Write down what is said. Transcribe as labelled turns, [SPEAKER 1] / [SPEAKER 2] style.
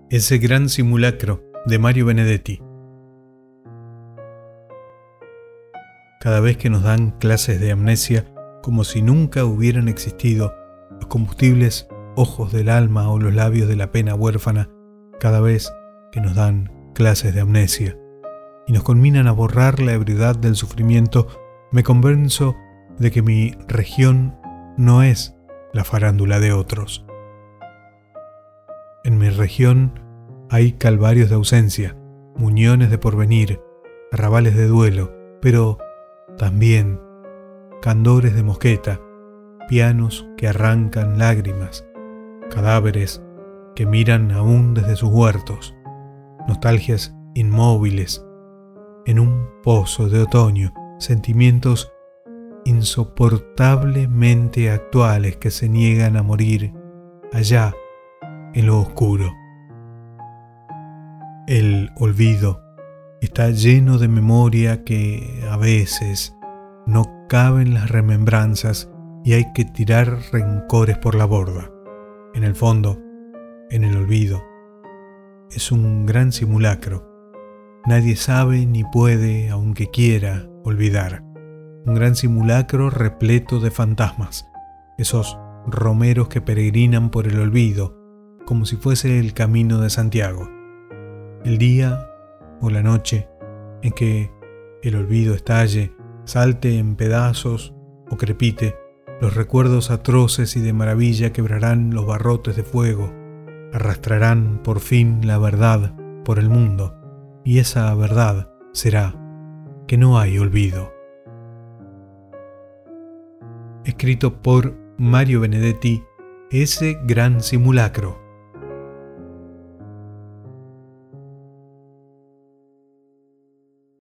[SPEAKER 1] Ese gran simulacro de Mario Benedetti. Cada vez que nos dan clases de amnesia, como si nunca hubieran existido los combustibles ojos del alma o los labios de la pena huérfana, cada vez que nos dan clases de amnesia y nos conminan a borrar la ebriedad del sufrimiento, me convenzo de que mi región no es la farándula de otros. En mi región hay calvarios de ausencia, muñones de porvenir, arrabales de duelo, pero también candores de mosqueta, pianos que arrancan lágrimas, cadáveres que miran aún desde sus huertos, nostalgias inmóviles, en un pozo de otoño, sentimientos insoportablemente actuales que se niegan a morir allá en lo oscuro. El olvido está lleno de memoria que a veces no caben las remembranzas y hay que tirar rencores por la borda. En el fondo, en el olvido, es un gran simulacro. Nadie sabe ni puede, aunque quiera, olvidar. Un gran simulacro repleto de fantasmas, esos romeros que peregrinan por el olvido, como si fuese el camino de Santiago. El día o la noche en que el olvido estalle, salte en pedazos o crepite, los recuerdos atroces y de maravilla quebrarán los barrotes de fuego, arrastrarán por fin la verdad por el mundo, y esa verdad será que no hay olvido. Escrito por Mario Benedetti, ese gran simulacro.